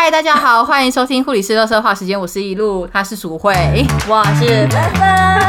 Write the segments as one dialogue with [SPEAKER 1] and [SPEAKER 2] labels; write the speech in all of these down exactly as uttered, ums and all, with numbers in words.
[SPEAKER 1] 嗨，大家好，欢迎收听护理师垃圾话时间，我是一路，他是淑慧，
[SPEAKER 2] 我是芬芬。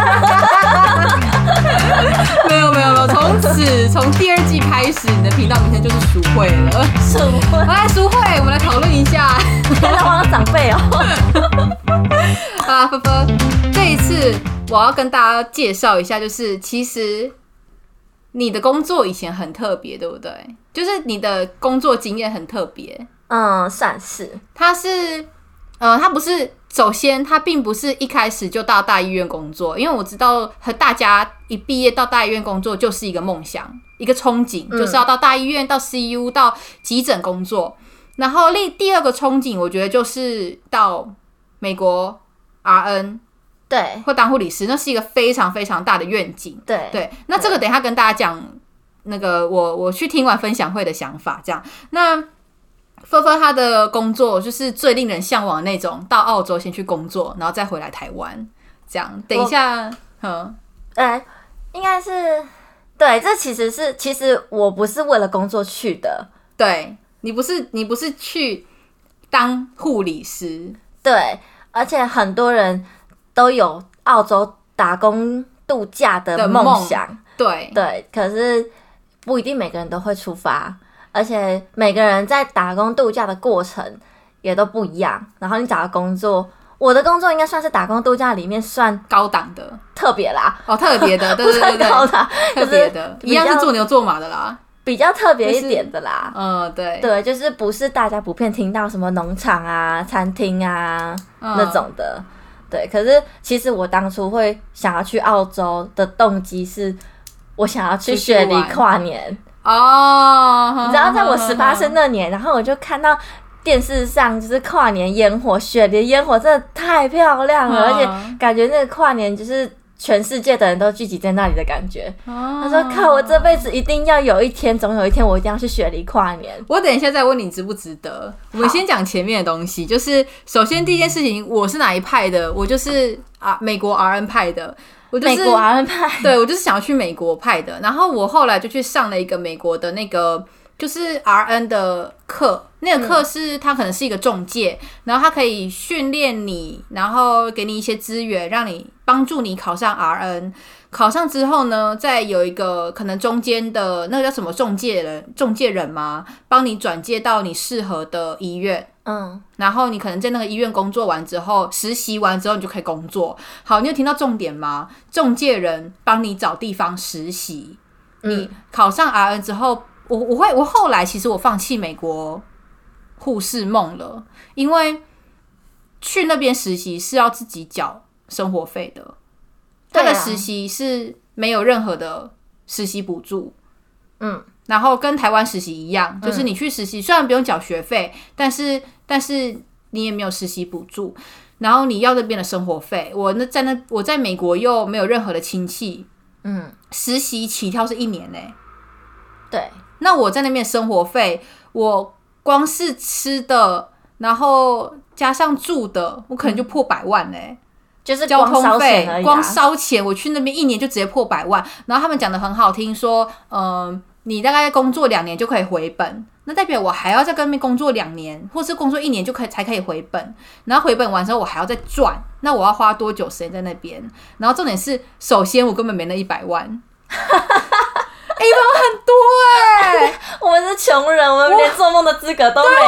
[SPEAKER 1] 没有没有没有，从此从第二季开始，你的频道名称就是淑慧了。
[SPEAKER 2] 淑慧，
[SPEAKER 1] 来淑慧，我们来讨论一下。
[SPEAKER 2] 现在忘了长辈哦。
[SPEAKER 1] 啊，芬芬，这一次我要跟大家介绍一下，就是其实你的工作以前很特别，对不对？就是你的工作经验很特别。
[SPEAKER 2] 嗯，算是。
[SPEAKER 1] 他是，呃，他不是，首先他并不是一开始就到大医院工作，因为我知道和大家一毕业到大医院工作就是一个梦想，一个憧憬，嗯、就是要到大医院、到 C U、到急诊工作。然后另第二个憧憬，我觉得就是到美国 R N，
[SPEAKER 2] 对，
[SPEAKER 1] 或当护理师，那是一个非常非常大的愿景。
[SPEAKER 2] 对
[SPEAKER 1] 对，那这个等一下跟大家讲，那个我我去听完分享会的想法，这样那。芬芬他的工作就是最令人向往的那种，到澳洲先去工作，然后再回来台湾，这样。等一下，嗯，
[SPEAKER 2] 呃，应该是对，这其实是其实我不是为了工作去的，
[SPEAKER 1] 对你不是你不是去当护理师，
[SPEAKER 2] 对，而且很多人都有澳洲打工度假的梦想，
[SPEAKER 1] 对
[SPEAKER 2] 对，可是不一定每个人都会出发。而且每个人在打工度假的过程也都不一样，然后你找的工作，我的工作应该算是打工度假里面算
[SPEAKER 1] 高档的，
[SPEAKER 2] 特别啦，
[SPEAKER 1] 哦，特别的，对对对对，
[SPEAKER 2] 高档，
[SPEAKER 1] 特别的，一样是做牛做马的啦，
[SPEAKER 2] 比较特别一点的啦，
[SPEAKER 1] 嗯，对
[SPEAKER 2] 对，就是不是大家普遍听到什么农场啊、餐厅啊、嗯、那种的，对。可是其实我当初会想要去澳洲的动机是，我想要去雪梨跨年。
[SPEAKER 1] 哦，
[SPEAKER 2] 你知道，在我十八岁那年，然后我就看到电视上就是跨年烟火，雪梨烟火真的太漂亮了，嗯、而且感觉那个跨年就是全世界的人都聚集在那里的感觉。哦、他说：“靠，我这辈子一定要有一天，总有一天我一定要去雪梨跨年。”
[SPEAKER 1] 我等一下再问你值不值得。我们先讲前面的东西，就是首先第一件事情，我是哪一派的？我就是啊，美国 R N 派的。我就是、
[SPEAKER 2] 美国 R N 派，
[SPEAKER 1] 对，我就是想要去美国派的。然后我后来就去上了一个美国的那个就是 R N 的课，那个课是它可能是一个中介，嗯、然后它可以训练你，然后给你一些资源，让你帮助你考上 R N。考上之后呢，再有一个可能中间的那个叫什么中介人，中介人吗？帮你转介到你适合的医院。嗯，然后你可能在那个医院工作完之后，实习完之后你就可以工作。好，你有听到重点吗？中介人帮你找地方实习。嗯、你考上 R N 之后，我我会我后来其实我放弃美国护士梦了，因为去那边实习是要自己缴生活费的。他的实习是没有任何的实习补助，嗯，然后跟台湾实习一样，就是你去实习、嗯、虽然不用缴学费，但是但是你也没有实习补助，然后你要那边的生活费。我那在那我在美国又没有任何的亲戚，嗯，实习起跳是一年呢、欸，
[SPEAKER 2] 对，
[SPEAKER 1] 那我在那边生活费，我光是吃的，然后加上住的，我可能就破百万呢、欸。嗯
[SPEAKER 2] 就是
[SPEAKER 1] 交通费，光
[SPEAKER 2] 烧
[SPEAKER 1] 烧钱，我去那边一年就直接破百万。然后他们讲的很好听，说，嗯、呃，你大概工作两年就可以回本，那代表我还要再跟那边工作两年，或是工作一年就可以才可以回本。然后回本完之后，我还要再赚，那我要花多久时间在那边？然后重点是，首先我根本没那一百万，一百万很多哎、欸，
[SPEAKER 2] 我们是穷人，我们连做梦的资格都没有。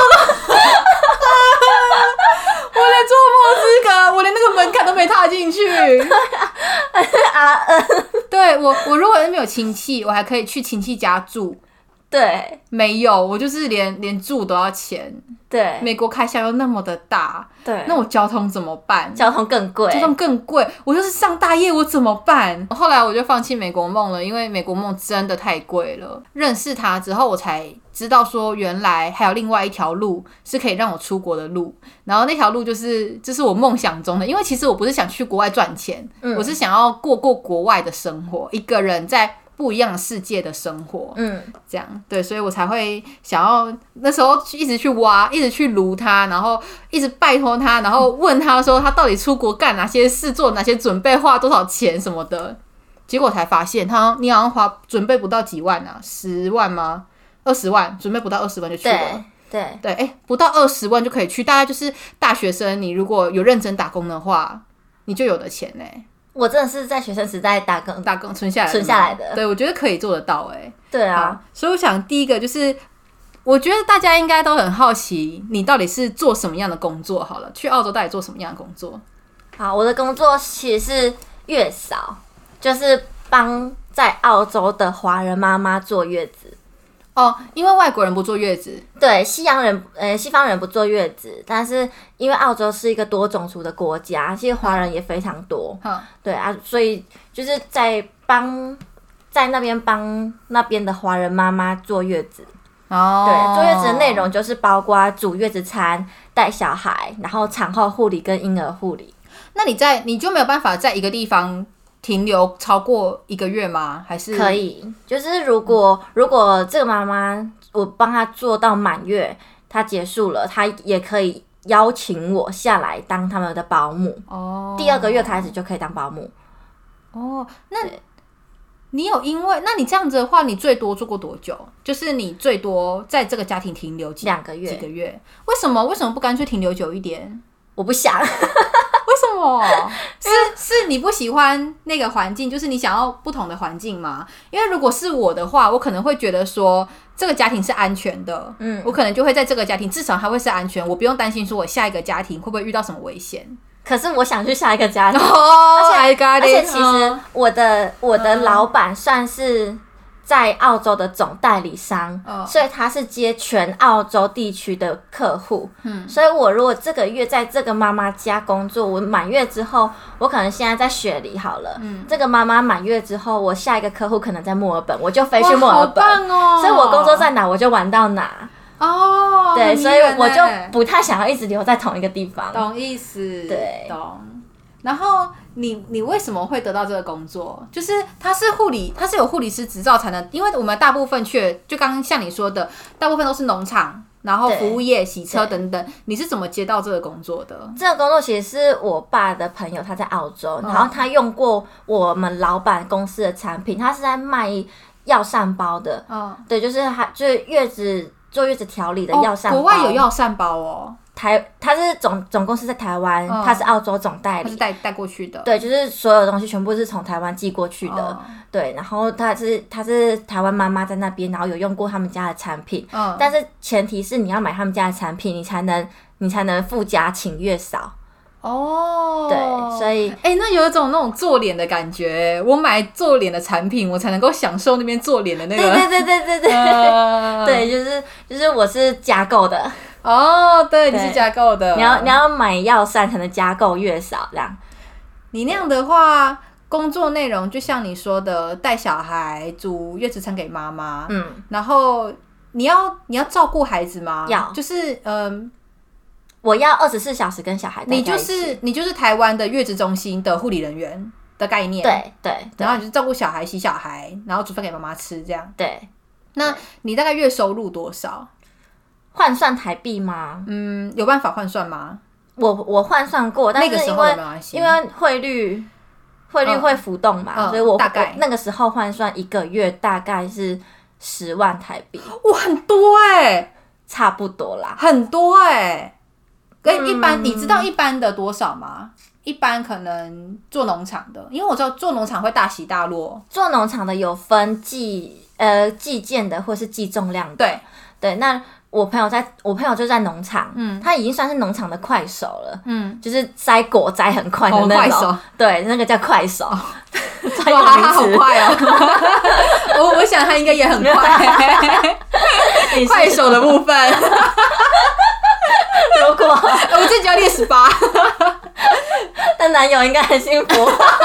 [SPEAKER 1] 我连做梦的资格，我连那个门槛都没踏进去。
[SPEAKER 2] 啊，
[SPEAKER 1] 对我，我如果那边有亲戚，我还可以去亲戚家住。
[SPEAKER 2] 对，
[SPEAKER 1] 没有，我就是连连住都要钱。
[SPEAKER 2] 对，
[SPEAKER 1] 美国开销又那么的大，
[SPEAKER 2] 对，
[SPEAKER 1] 那我交通怎么办？
[SPEAKER 2] 交通更贵，
[SPEAKER 1] 交通更贵。我就是上大夜，我怎么办？后来我就放弃美国梦了，因为美国梦真的太贵了。认识他之后，我才知道说，原来还有另外一条路是可以让我出国的路。然后那条路就是，这、就是我梦想中的。因为其实我不是想去国外赚钱，嗯、我是想要过过国外的生活，一个人在不一样的世界的生活，嗯，这样对，所以我才会想要那时候一直去挖，一直去撸他，然后一直拜托他，然后问他说他到底出国干哪些事，做哪些准备，花多少钱什么的。结果才发现他你好像花准备不到几万啊，十万吗？二十万，准备不到二十万就去了。
[SPEAKER 2] 对
[SPEAKER 1] 对，哎，不到二十万就可以去，大概就是大学生，你如果有认真打工的话，你就有的钱呢。
[SPEAKER 2] 我真的是在学生时代打工
[SPEAKER 1] 打工存下来
[SPEAKER 2] 存下来的，
[SPEAKER 1] 对，我觉得可以做得到哎。
[SPEAKER 2] 对啊，
[SPEAKER 1] 所以我想第一个就是。我觉得大家应该都很好奇，你到底是做什么样的工作？好了，去澳洲到底做什么样的工作？
[SPEAKER 2] 好，我的工作其实是月嫂，就是帮在澳洲的华人妈妈坐月子。
[SPEAKER 1] 哦，因为外国人不坐月子，
[SPEAKER 2] 对，西洋人呃西方人不坐月子，但是因为澳洲是一个多种族的国家，其实华人也非常多。嗯，对啊，所以就是在帮在那边帮那边的华人妈妈坐月子。哦，对，坐月子的内容就是包括煮月子餐、带小孩，然后产后护理跟婴儿护理。
[SPEAKER 1] 那你在你就没有办法在一个地方停留超过一个月吗？还是
[SPEAKER 2] 可以？就是如果如果这个妈妈我帮她做到满月，她结束了，她也可以邀请我下来当他们的保姆。哦，第二个月开始就可以当保姆。
[SPEAKER 1] 哦，那。你有因为那你这样子的话，你最多做过多久？就是你最多在这个家庭停留几
[SPEAKER 2] 两个月？
[SPEAKER 1] 几个月？为什么？为什么不干脆停留久一点？
[SPEAKER 2] 我不想。为
[SPEAKER 1] 什么？是是你不喜欢那个环境，就是你想要不同的环境吗？因为如果是我的话，我可能会觉得说这个家庭是安全的，嗯，我可能就会在这个家庭，至少它会是安全，我不用担心说我下一个家庭会不会遇到什么危险。
[SPEAKER 2] 可是我想去下一个家庭，
[SPEAKER 1] 哦、
[SPEAKER 2] 而且而且其实我的我的老板算是在澳洲的总代理商，哦、所以他是接全澳洲地区的客户。嗯，所以我如果这个月在这个妈妈家工作，我满月之后，我可能现在在雪梨好了，嗯，这个妈妈满月之后，我下一个客户可能在墨尔本，我就飞去墨尔本，好棒哦！所以我工作在哪我就玩到哪。哦，对，所以我就不太想要一直留在同一个地方。
[SPEAKER 1] 懂意思，
[SPEAKER 2] 对，
[SPEAKER 1] 懂。然后你你为什么会得到这个工作？就是他是护理，他是有护理师执照才能，因为我们大部分去，就刚刚像你说的，大部分都是农场，然后服务业、洗车等等。你是怎么接到这个工作的？
[SPEAKER 2] 这个工作其实是我爸的朋友，他在澳洲，然后他用过我们老板公司的产品，他是在卖药膳包的。嗯，对，就是还就是月子。坐月子调理的药膳包，
[SPEAKER 1] 国外有药膳包哦。
[SPEAKER 2] 台他是总总公司在台湾，嗯、他是澳洲总代理，
[SPEAKER 1] 他是带带过去的。
[SPEAKER 2] 对，就是所有东西全部是从台湾寄过去的。哦、对，然后他是他是台湾妈妈在那边，然后有用过他们家的产品。嗯，但是前提是你要买他们家的产品，你才能你才能附加请月嫂。哦，对，所以
[SPEAKER 1] 哎、欸，那有一种那种做脸的感觉。我买做脸的产品，我才能够享受那边做脸的那个。
[SPEAKER 2] 对对对对对对，呃、对，就是就是我是加购的。
[SPEAKER 1] 哦，对，你是加购的。
[SPEAKER 2] 你要你要买药膳才能加购月嫂这样。
[SPEAKER 1] 你那样的话，工作内容就像你说的，带小孩、煮月子餐给妈妈。嗯，然后你要你要照顾孩子吗？
[SPEAKER 2] 要，
[SPEAKER 1] 就是嗯。呃
[SPEAKER 2] 我要二十四小时跟小孩待在一起。
[SPEAKER 1] 你就是你就是台湾的月子中心的护理人员的概念，
[SPEAKER 2] 对 对, 对，
[SPEAKER 1] 然后你就照顾小孩、洗小孩，然后煮饭给妈妈吃，这样。
[SPEAKER 2] 对，
[SPEAKER 1] 那你大概月收入多少？
[SPEAKER 2] 换算台币吗？
[SPEAKER 1] 嗯，有办法换算吗？
[SPEAKER 2] 我我换算过，但是因为
[SPEAKER 1] 那个时候没关系，
[SPEAKER 2] 因为汇率汇率会浮动嘛，嗯、所以我
[SPEAKER 1] 大概
[SPEAKER 2] 那个时候换算一个月大概是十万台币。
[SPEAKER 1] 哇，很多哎、欸，
[SPEAKER 2] 差不多啦，
[SPEAKER 1] 很多哎、欸。跟一般、嗯、你知道一般的多少吗？一般可能做农场的，因为我知道做农场会大起大落。
[SPEAKER 2] 做农场的有分计呃计件的或是计重量的。
[SPEAKER 1] 对
[SPEAKER 2] 对，那我朋友在我朋友就在农场，嗯，他已经算是农场的快手了，嗯，就是摘果摘很快的那种，哦、快手对，那个叫快手。
[SPEAKER 1] 哇，他好快哦！我我想他应该也很快。快手的部分。
[SPEAKER 2] 如果
[SPEAKER 1] 我自己要列十八，
[SPEAKER 2] 但男友应该很幸福。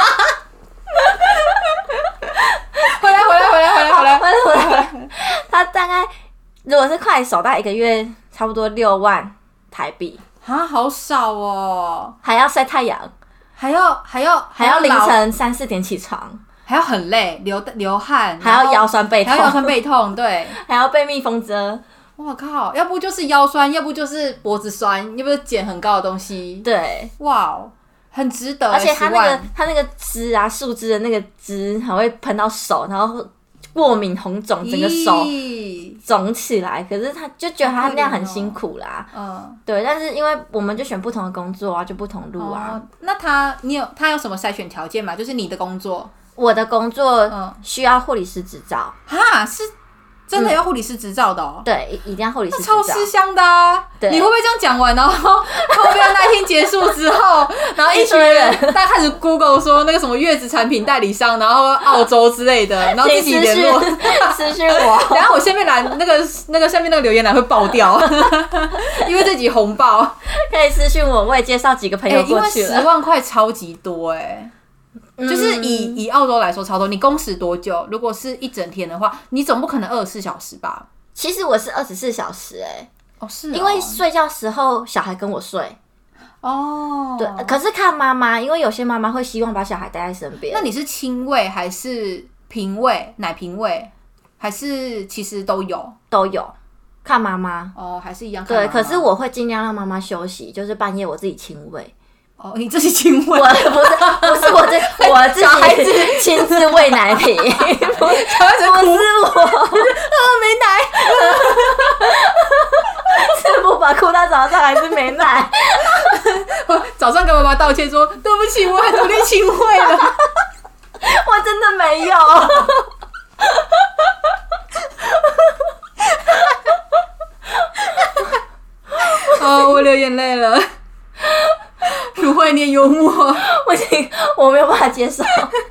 [SPEAKER 1] 回来，回来，回来，回来，回来，
[SPEAKER 2] 回来，回来。他大概如果是快手，大概一个月差不多六万台币
[SPEAKER 1] 啊，好少哦！
[SPEAKER 2] 还要晒太阳，
[SPEAKER 1] 还要还要
[SPEAKER 2] 还要凌晨三四点起床，
[SPEAKER 1] 还要很累，流流汗，
[SPEAKER 2] 还要腰酸背痛，
[SPEAKER 1] 还要腰酸背痛，对，
[SPEAKER 2] 还要被蜜蜂蛰。
[SPEAKER 1] 哇靠！要不就是腰酸，要不就是脖子酸，要不就捡很高的东西。
[SPEAKER 2] 对，
[SPEAKER 1] 哇，很值得。
[SPEAKER 2] 而且它那个它那个枝啊，树枝的那个枝还会喷到手，然后过敏红肿，整个手肿起来。可是他就觉得他那样很辛苦啦。嗯，对。但是因为我们就选不同的工作啊，就不同路啊。
[SPEAKER 1] 哦、那他你有他有什么筛选条件吗？就是你的工作，
[SPEAKER 2] 我的工作需要护理师执照。
[SPEAKER 1] 哈，是。真的要护理师执照的哦、
[SPEAKER 2] 嗯，对，一定要护理师执
[SPEAKER 1] 照，超吃香的啊！你会不会这样讲完，然后后面那一天结束之后，然后一群人大家开始 Google 说那个什么月子产品代理商，然后澳洲之类的，然后自己联络
[SPEAKER 2] 私讯我，
[SPEAKER 1] 然后我下面栏那个那个下面那个留言栏会爆掉，因为这集红爆，
[SPEAKER 2] 可以私讯我，我也介绍几个朋友过去了。
[SPEAKER 1] 欸、因为十万块超级多哎、欸。就是以、嗯、以澳洲来说超多，你工时多久？如果是一整天的话，你总不可能二十四小时吧？
[SPEAKER 2] 其实我是二十四小时哎、欸，
[SPEAKER 1] 哦是哦，
[SPEAKER 2] 因为睡觉时候小孩跟我睡。
[SPEAKER 1] 哦，
[SPEAKER 2] 对，可是看妈妈，因为有些妈妈会希望把小孩带在身边。
[SPEAKER 1] 那你是亲喂还是瓶喂、奶瓶喂，还是其实都有？
[SPEAKER 2] 都有，看妈妈。
[SPEAKER 1] 哦，还是一样看妈妈。
[SPEAKER 2] 对，可是我会尽量让妈妈休息，就是半夜我自己亲喂。
[SPEAKER 1] 哦，你自己亲喂？
[SPEAKER 2] 我不是不是我自我自己亲自喂奶瓶，不是不是我，啊没奶，吃不饱哭到早上还是没奶。
[SPEAKER 1] 早上跟妈妈道歉说对不起，我很努力亲喂了，
[SPEAKER 2] 我真的没有。
[SPEAKER 1] 哦，我流眼泪了。如慧，你幽默，
[SPEAKER 2] 不行，我没有办法接受。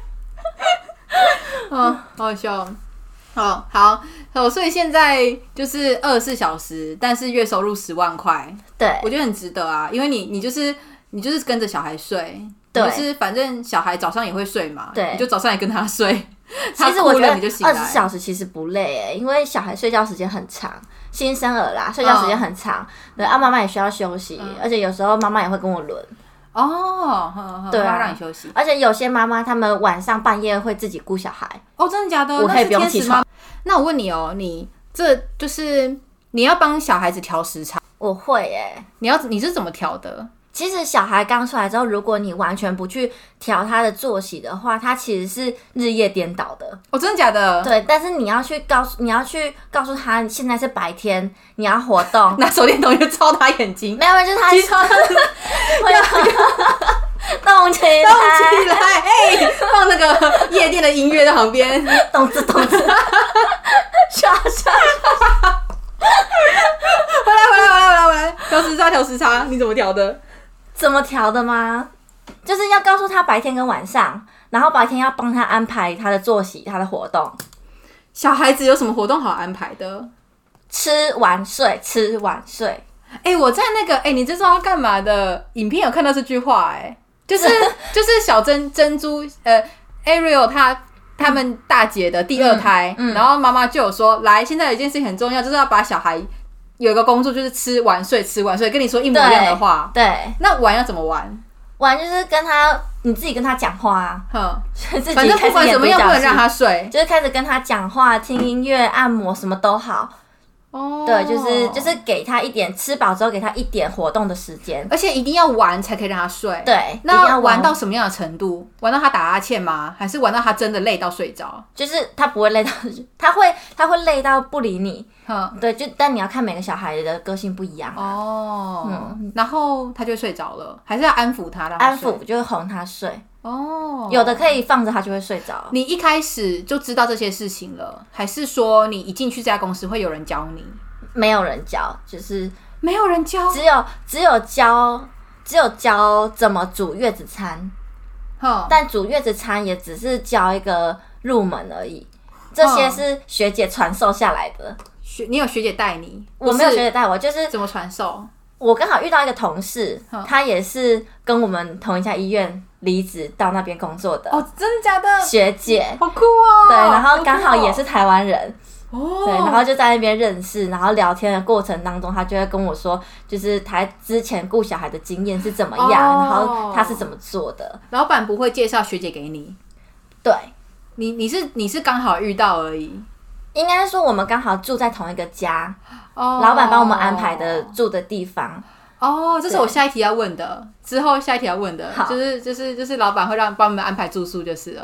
[SPEAKER 1] 哦，好好笑。哦，好，哦，所以现在就是二十四小时，但是月收入十万块，
[SPEAKER 2] 对，
[SPEAKER 1] 我觉得很值得啊，因为你你就是你就是跟着小孩睡，
[SPEAKER 2] 对，
[SPEAKER 1] 就是反正小孩早上也会睡嘛，
[SPEAKER 2] 对，
[SPEAKER 1] 你就早上也跟他睡。
[SPEAKER 2] 其实我觉得
[SPEAKER 1] 二十四
[SPEAKER 2] 小时其实不累诶，因为小孩睡觉时间很长，新生儿啦，睡觉时间很长，嗯、对，啊，妈妈也需要休息，嗯、而且有时候妈妈也会跟我轮。
[SPEAKER 1] 哦，呵呵
[SPEAKER 2] 对啊，
[SPEAKER 1] 让你休息。
[SPEAKER 2] 而且有些妈妈她们晚上半夜会自己顾小孩。
[SPEAKER 1] 哦，真的假的？
[SPEAKER 2] 我可以不用起床。
[SPEAKER 1] 那我问你哦，你这就是你要帮小孩子调时差？
[SPEAKER 2] 我会耶、欸。
[SPEAKER 1] 你要你是怎么调的？
[SPEAKER 2] 其实小孩刚出来之后，如果你完全不去调他的作息的话，他其实是日夜颠倒的。
[SPEAKER 1] 哦，真的假的？
[SPEAKER 2] 对，但是你要去告诉，你要去告诉他，现在是白天，你要活动，
[SPEAKER 1] 拿手电筒去照他眼睛。
[SPEAKER 2] 没有，就是他
[SPEAKER 1] 会要
[SPEAKER 2] 动起来，
[SPEAKER 1] 动起来，哎、欸，放那个夜店的音乐在旁边，
[SPEAKER 2] 动子动子，刷刷刷。
[SPEAKER 1] 回来回来回来回来回来，调时差调时差，你怎么调的？
[SPEAKER 2] 怎么调的吗？就是要告诉他白天跟晚上，然后白天要帮他安排他的作息、他的活动。
[SPEAKER 1] 小孩子有什么活动好安排的？
[SPEAKER 2] 吃完睡，吃完睡。
[SPEAKER 1] 哎、欸，我在那个哎、欸，你这是要干嘛的影片有看到这句话、欸，哎，就是就是小珍珍珠呃 Ariel 她他们大姐的第二胎，嗯嗯、然后妈妈就有说，来，现在有一件事情很重要，就是要把小孩有一个工作，就是吃完睡，吃完睡，跟你说一模一样的话。
[SPEAKER 2] 对，对
[SPEAKER 1] 那玩要怎么玩？
[SPEAKER 2] 玩就是跟他，你自己跟他讲话啊。哼，
[SPEAKER 1] 反正不管怎么样，不能让他睡，
[SPEAKER 2] 就是开始跟他讲话、听音乐、按摩，什么都好。哦，对，就是就是给他一点吃饱之后，给他一点活动的时间，
[SPEAKER 1] 而且一定要玩才可以让他睡。
[SPEAKER 2] 对，
[SPEAKER 1] 那要玩到什么样的程度？玩到他打哈欠吗？还是玩到他真的累到睡着？
[SPEAKER 2] 就是他不会累到，他会他会累到不理你。嗯，对，就但你要看每个小孩的个性不一样。
[SPEAKER 1] 哦，嗯，然后他就睡着了，还是要安抚他，让他
[SPEAKER 2] 安抚就是哄他睡。
[SPEAKER 1] 哦，
[SPEAKER 2] 有的可以放着他就会睡着。
[SPEAKER 1] 你一开始就知道这些事情了，还是说你一进去这家公司会有人教你？
[SPEAKER 2] 没有人教，就是
[SPEAKER 1] 没有人教，
[SPEAKER 2] 只有只有教只有教怎么煮月子餐。嗯，但煮月子餐也只是教一个入门而已，这些是学姐传授下来的。
[SPEAKER 1] 学你有学姐带你？
[SPEAKER 2] 我没有学姐带我，就是
[SPEAKER 1] 怎么传授？
[SPEAKER 2] 我刚好遇到一个同事，他也是跟我们同一家医院离职到那边工作的。
[SPEAKER 1] 哦，真的假的？
[SPEAKER 2] 学姐，
[SPEAKER 1] 好酷哦！
[SPEAKER 2] 对，然后刚好也是台湾人。
[SPEAKER 1] 哦，
[SPEAKER 2] 对，然后就在那边认识，然后聊天的过程当中，他就会跟我说，就是他之前顾小孩的经验是怎么样，哦、然后他是怎么做的。
[SPEAKER 1] 老板不会介绍学姐给你？
[SPEAKER 2] 对，
[SPEAKER 1] 你你是你是刚好遇到而已。
[SPEAKER 2] 应该说我们刚好住在同一个家，哦、老板帮我们安排的住的地方。
[SPEAKER 1] 哦，这是我下一题要问的，之后下一题要问的，就是就是就是老板会让帮我们安排住宿就是了。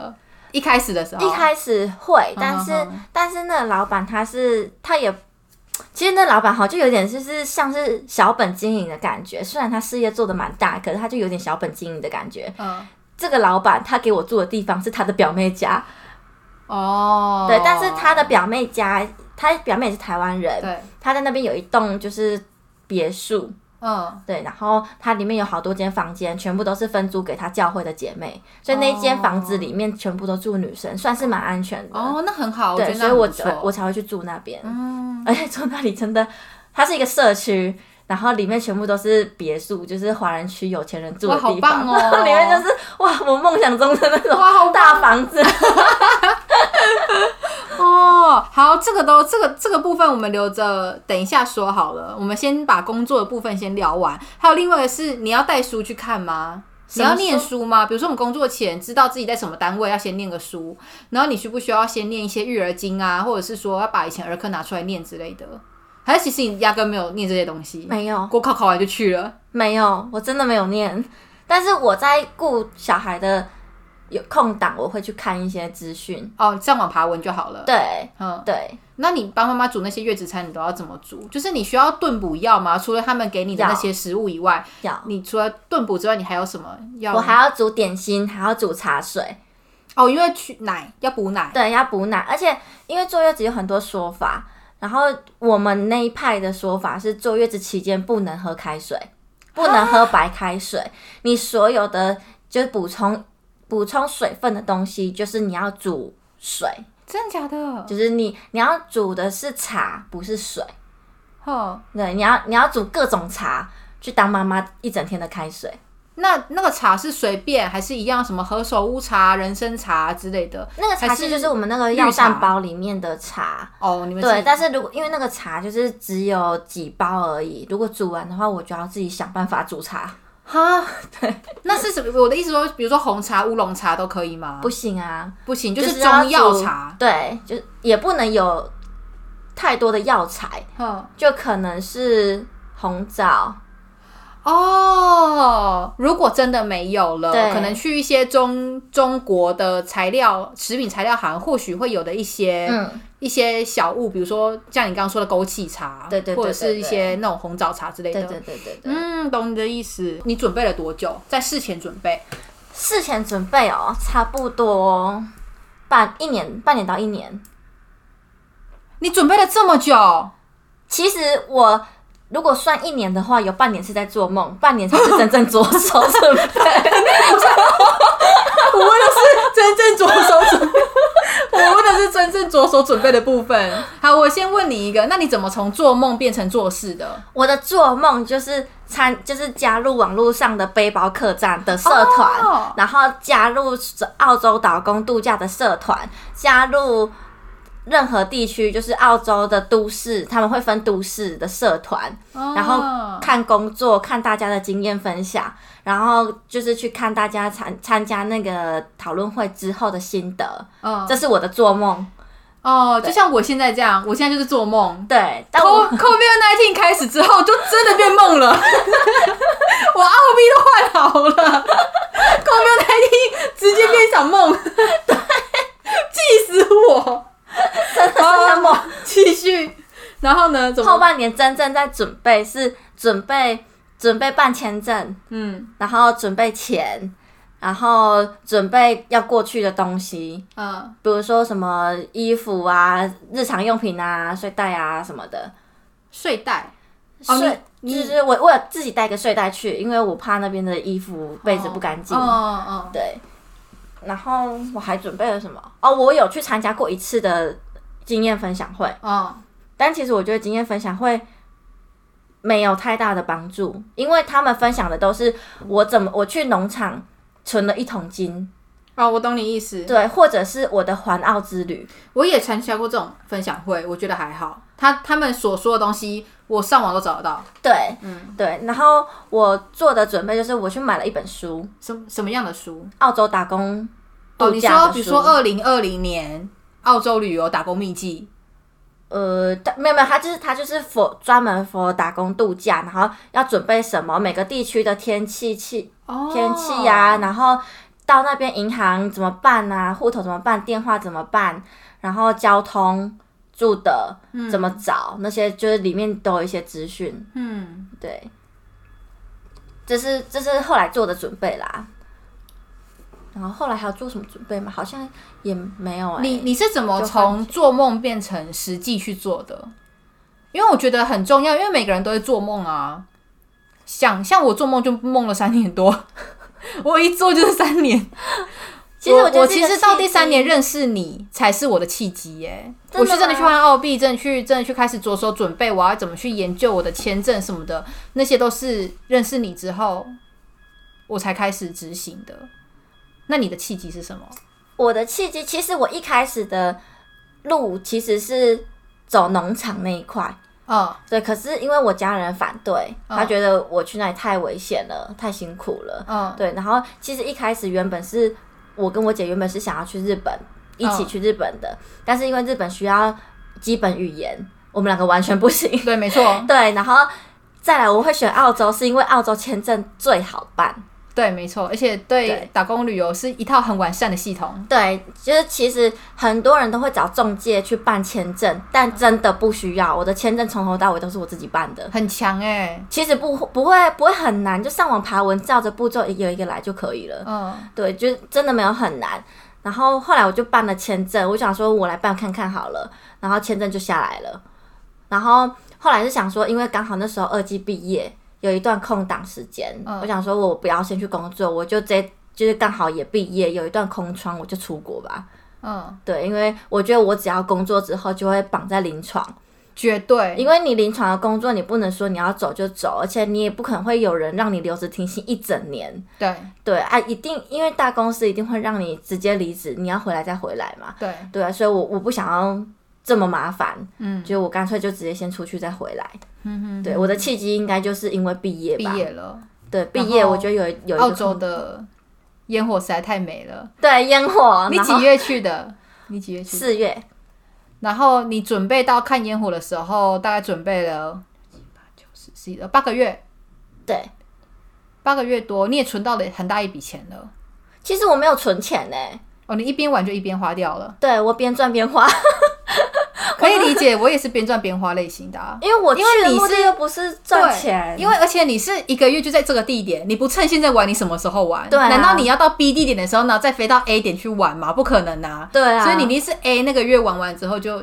[SPEAKER 1] 一开始的时候，
[SPEAKER 2] 一开始会，但是、嗯嗯、但是那个老板他是他也。其实那老板好就有点就是像是小本经营的感觉，虽然他事业做得蛮大，可是他就有点小本经营的感觉。嗯，这个老板他给我住的地方是他的表妹家。哦，对，但是他的表妹家，他表妹也是台湾人，对，他在那边有一栋就是别墅。嗯，对，然后它里面有好多间房间，全部都是分租给他教会的姐妹，所以那间房子里面全部都住女生，算是蛮安全的。哦，
[SPEAKER 1] 那很好，
[SPEAKER 2] 对，
[SPEAKER 1] 我觉得
[SPEAKER 2] 所以我我才会去住那边。嗯，而且住那里真的，它是一个社区，然后里面全部都是别墅，就是华人区有钱人住的地方。哇，好棒哦！里面就是哇，我梦想中的那种大房子。
[SPEAKER 1] 哦，好，这个都这个这个部分我们留着等一下说好了。我们先把工作的部分先聊完。还有另外的是，你要带书去看吗？你要念书吗？比如说我们工作前知道自己在什么单位，要先念个书，然后你需不需要先念一些育儿经啊，或者是说要把以前儿科拿出来念之类的？还是其实你压根没有念这些东西？
[SPEAKER 2] 没有，
[SPEAKER 1] 国考考完就去了？
[SPEAKER 2] 没有，我真的没有念。但是我在顾小孩的。有空档我会去看一些资讯
[SPEAKER 1] 哦，上网爬文就好了。
[SPEAKER 2] 对，嗯，对。
[SPEAKER 1] 那你帮妈妈煮那些月子餐，你都要怎么煮？就是你需要炖补药吗？除了他们给你的那些食物以外，要你除了炖补之外，你还有什么要？
[SPEAKER 2] 我还要煮点心，还要煮茶水。
[SPEAKER 1] 哦，因为取奶要补奶，
[SPEAKER 2] 对，要补奶，而且因为坐月子有很多说法，然后我们那一派的说法是坐月子期间不能喝开水，不能喝白开水，你所有的就是补充。补充水分的东西就是你要煮水，
[SPEAKER 1] 真的假的？
[SPEAKER 2] 就是你你要煮的是茶，不是水。哦，对，你要你要煮各种茶，去当妈妈一整天的开水。
[SPEAKER 1] 那那个茶是随便还是一样？什么何首乌茶、人参茶之类的？
[SPEAKER 2] 那个茶是就是我们那个药膳包里面的茶
[SPEAKER 1] 哦。你们
[SPEAKER 2] 对，但是如果因为那个茶就是只有几包而已，如果煮完的话，我就要自己想办法煮茶。哈，对，
[SPEAKER 1] 那是什么？我的意思说，比如说红茶、乌龙茶都可以吗？
[SPEAKER 2] 不行啊，
[SPEAKER 1] 不行，就是中药茶。
[SPEAKER 2] 对，就也不能有太多的药材，嗯，就可能是红枣。
[SPEAKER 1] 哦，如果真的没有了，可能去一些中中国的材料、食品材料行，或许会有的一些、嗯、一些小物，比如说像你刚刚说的枸杞茶，
[SPEAKER 2] 对对对对对，
[SPEAKER 1] 或者是一些那种红枣茶之类的。
[SPEAKER 2] 对对对对对，
[SPEAKER 1] 嗯，懂你的意思。你准备了多久？在事前准备？
[SPEAKER 2] 事前准备哦，差不多半一年，半年到一年。
[SPEAKER 1] 你准备了这么久？
[SPEAKER 2] 其实我。如果算一年的话，有半年是在做梦，半年才是真正着手准备。
[SPEAKER 1] 我问的是真正着手准备，我问的是真正着手准备的部分。好，我先问你一个，那你怎么从做梦变成做事的？
[SPEAKER 2] 我的做梦就是参，就是加入网络上的背包客栈的社团，哦、然后加入澳洲打工度假的社团，加入。任何地区就是澳洲的都市，他们会分都市的社团，哦、然后看工作，看大家的经验分享，然后就是去看大家参参加那个讨论会之后的心得。哦、这是我的做梦。
[SPEAKER 1] 哦，就像我现在这样，我现在就是做梦。
[SPEAKER 2] 对，但我
[SPEAKER 1] COVID 十九 开始之后，就真的变梦了。我澳币都换好了 ，COVID 十九 直接变一场梦，对，气死我。
[SPEAKER 2] 真的是那么
[SPEAKER 1] 继续，然后呢？
[SPEAKER 2] 后半年真正在准备是准备准备办签证，嗯，然后准备钱，然后准备要过去的东西，嗯，比如说什么衣服啊、日常用品啊、睡袋啊什么的。
[SPEAKER 1] 睡袋，
[SPEAKER 2] 睡、哦、就是我我有自己带个睡袋去，因为我怕那边的衣服被子不干净。哦哦哦，对。然后我还准备了什么？哦，我有去参加过一次的经验分享会。哦，但其实我觉得经验分享会没有太大的帮助，因为他们分享的都是我怎么我去农场存了一桶金。
[SPEAKER 1] 哦，我懂你意思。
[SPEAKER 2] 对，或者是我的环澳之旅，
[SPEAKER 1] 我也参加过这种分享会，我觉得还好。他他们所说的东西，我上网都找得到。
[SPEAKER 2] 对，嗯，对。然后我做的准备就是，我去买了一本书，
[SPEAKER 1] 什什么样的书？
[SPEAKER 2] 澳洲打工
[SPEAKER 1] 度假的书。哦，你说，比如说二零二零年澳洲旅游打工秘籍。
[SPEAKER 2] 呃，没有没有，他就是他就是 for 专门 for 打工度假，然后要准备什么，每个地区的天气气、哦、天气啊，然后。 到那边银行怎么办啊，户头怎么办，电话怎么办，然后交通住的怎么找，嗯、那些就是里面都有一些资讯。嗯，对，这是这是后来做的准备啦。然后后来还要做什么准备吗？好像也没有哎、欸。
[SPEAKER 1] 你你是怎么从做梦变成实际去做的？因为我觉得很重要，因为每个人都会做梦啊。像像我做梦就梦了三年多，我一做就是三年。其实 我, 我, 我其实到第三年认识你才是我的契机耶。我是真的去换澳币，真的去真的去开始着手准备我要怎么去研究我的签证什么的，那些都是认识你之后我才开始执行的。那你的契机是什么？
[SPEAKER 2] 我的契机其实我一开始的路其实是走农场那一块。嗯，对，可是因为我家人反对，嗯、他觉得我去那里太危险了，太辛苦了。嗯，对，然后其实一开始原本是我跟我姐原本是想要去日本，一起去日本的，嗯、但是因为日本需要基本语言，我们两个完全不行。
[SPEAKER 1] 对，没错。
[SPEAKER 2] 对，然后再来我会选澳洲，是因为澳洲签证最好办。
[SPEAKER 1] 对，没错，而且对打工旅游是一套很完善的系统。
[SPEAKER 2] 对，就是其实很多人都会找中介去办签证，但真的不需要。我的签证从头到尾都是我自己办的，
[SPEAKER 1] 很强哎、欸。
[SPEAKER 2] 其实不不会不会很难，就上网爬文，照着步骤一个一个来就可以了。嗯，对，就真的没有很难。然后后来我就办了签证，我想说我来办看看好了，然后签证就下来了。然后后来是想说，因为刚好那时候二技毕业。有一段空档时间、嗯，我想说我不要先去工作，我就直接就是刚好也毕业，有一段空窗，我就出国吧。嗯，对，因为我觉得我只要工作之后就会绑在临床，
[SPEAKER 1] 绝对，
[SPEAKER 2] 因为你临床的工作你不能说你要走就走，而且你也不可能会有人让你留职停薪一整年。
[SPEAKER 1] 对
[SPEAKER 2] 对啊，一定因为大公司一定会让你直接离职，你要回来再回来嘛。
[SPEAKER 1] 对
[SPEAKER 2] 对啊，所以我我不想要这么麻烦，嗯，就我干脆就直接先出去再回来。嗯哼，对，我的契机应该就是因为毕业吧，
[SPEAKER 1] 毕业了，
[SPEAKER 2] 对，毕业我觉得有有一个
[SPEAKER 1] 澳洲的烟火实在太美了，
[SPEAKER 2] 对，烟火。
[SPEAKER 1] 你几月去的？你几月去的？
[SPEAKER 2] 四月。
[SPEAKER 1] 然后你准备到看烟火的时候，大概准备了七八九十十一呃八个月，
[SPEAKER 2] 对，
[SPEAKER 1] 八个月多，你也存到了很大一笔钱了。
[SPEAKER 2] 其实我没有存钱呢、欸，
[SPEAKER 1] 哦，你一边玩就一边花掉了。
[SPEAKER 2] 对，我边赚边花。
[SPEAKER 1] 可以理解，我也是边赚边花类型的、啊，
[SPEAKER 2] 因为我去的目的又不是赚钱，
[SPEAKER 1] 因为而且你是一个月就在这个地点，你不趁现在玩，你什么时候玩？
[SPEAKER 2] 对、啊，
[SPEAKER 1] 难道你要到 B 地点的时候呢，再飞到 A 点去玩吗？不可能啊！
[SPEAKER 2] 对啊，
[SPEAKER 1] 所以你一定是 A 那个月玩完之后就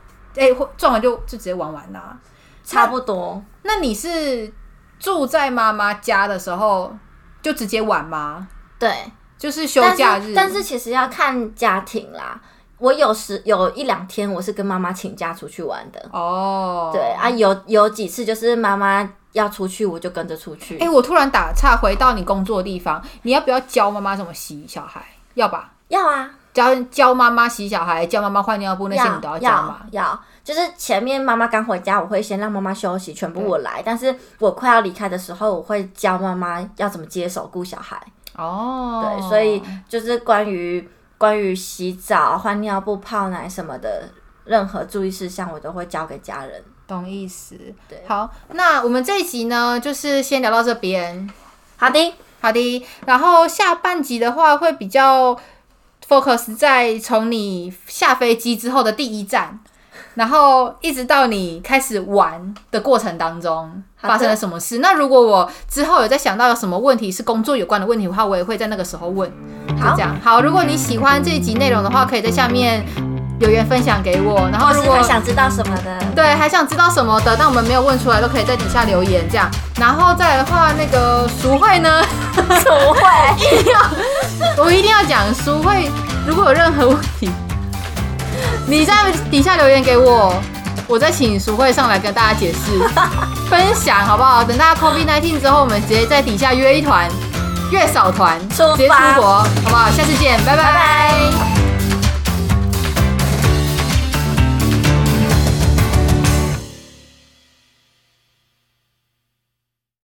[SPEAKER 1] A 赚完就就直接玩完啦、啊，
[SPEAKER 2] 差不多。
[SPEAKER 1] 那你是住在妈妈家的时候就直接玩吗？
[SPEAKER 2] 对，
[SPEAKER 1] 就是休假日，
[SPEAKER 2] 但是, 但是其实要看家庭啦。我有时有一两天我是跟妈妈请假出去玩的哦，对啊，有有几次就是妈妈要出去，我就跟着出去。
[SPEAKER 1] 哎、欸，我突然打岔，回到你工作的地方，你要不要教妈妈怎么洗小孩？要吧？
[SPEAKER 2] 要啊，
[SPEAKER 1] 教教妈妈洗小孩，教妈妈换尿布那些你都要教嘛？
[SPEAKER 2] 要, 要，就是前面妈妈刚回家，我会先让妈妈休息，全部我来。但是我快要离开的时候，我会教妈妈要怎么接手顾小孩。哦，对，所以就是关于。关于洗澡、换尿布、泡奶什么的，任何注意事项我都会交给家人。
[SPEAKER 1] 懂意思？对，好，那我们这一集呢，就是先聊到这边。
[SPEAKER 2] 好的，
[SPEAKER 1] 好的。然后下半集的话，会比较 focus 在从你下飞机之后的第一站，然后一直到你开始玩的过程当中发生了什么事。那如果我之后有在想到有什么问题是工作有关的问题的话，我也会在那个时候问。就这样。好，如果你喜欢这一集内容的话，可以在下面留言分享给我。然后如果
[SPEAKER 2] 还想知道什么的，
[SPEAKER 1] 对，还想知道什么的，但我们没有问出来，都可以在底下留言这样。然后再来的话，那个淑慧呢？
[SPEAKER 2] 淑慧
[SPEAKER 1] 一定要，我一定要讲淑慧，如果有任何问题，你在底下留言给我，我再请淑慧上来跟大家解释、分享，好不好？等大家 COVID 十九 之后，我们直接在底下约一团月嫂团，直接出国，好不好？下次见，拜拜。
[SPEAKER 2] 拜拜。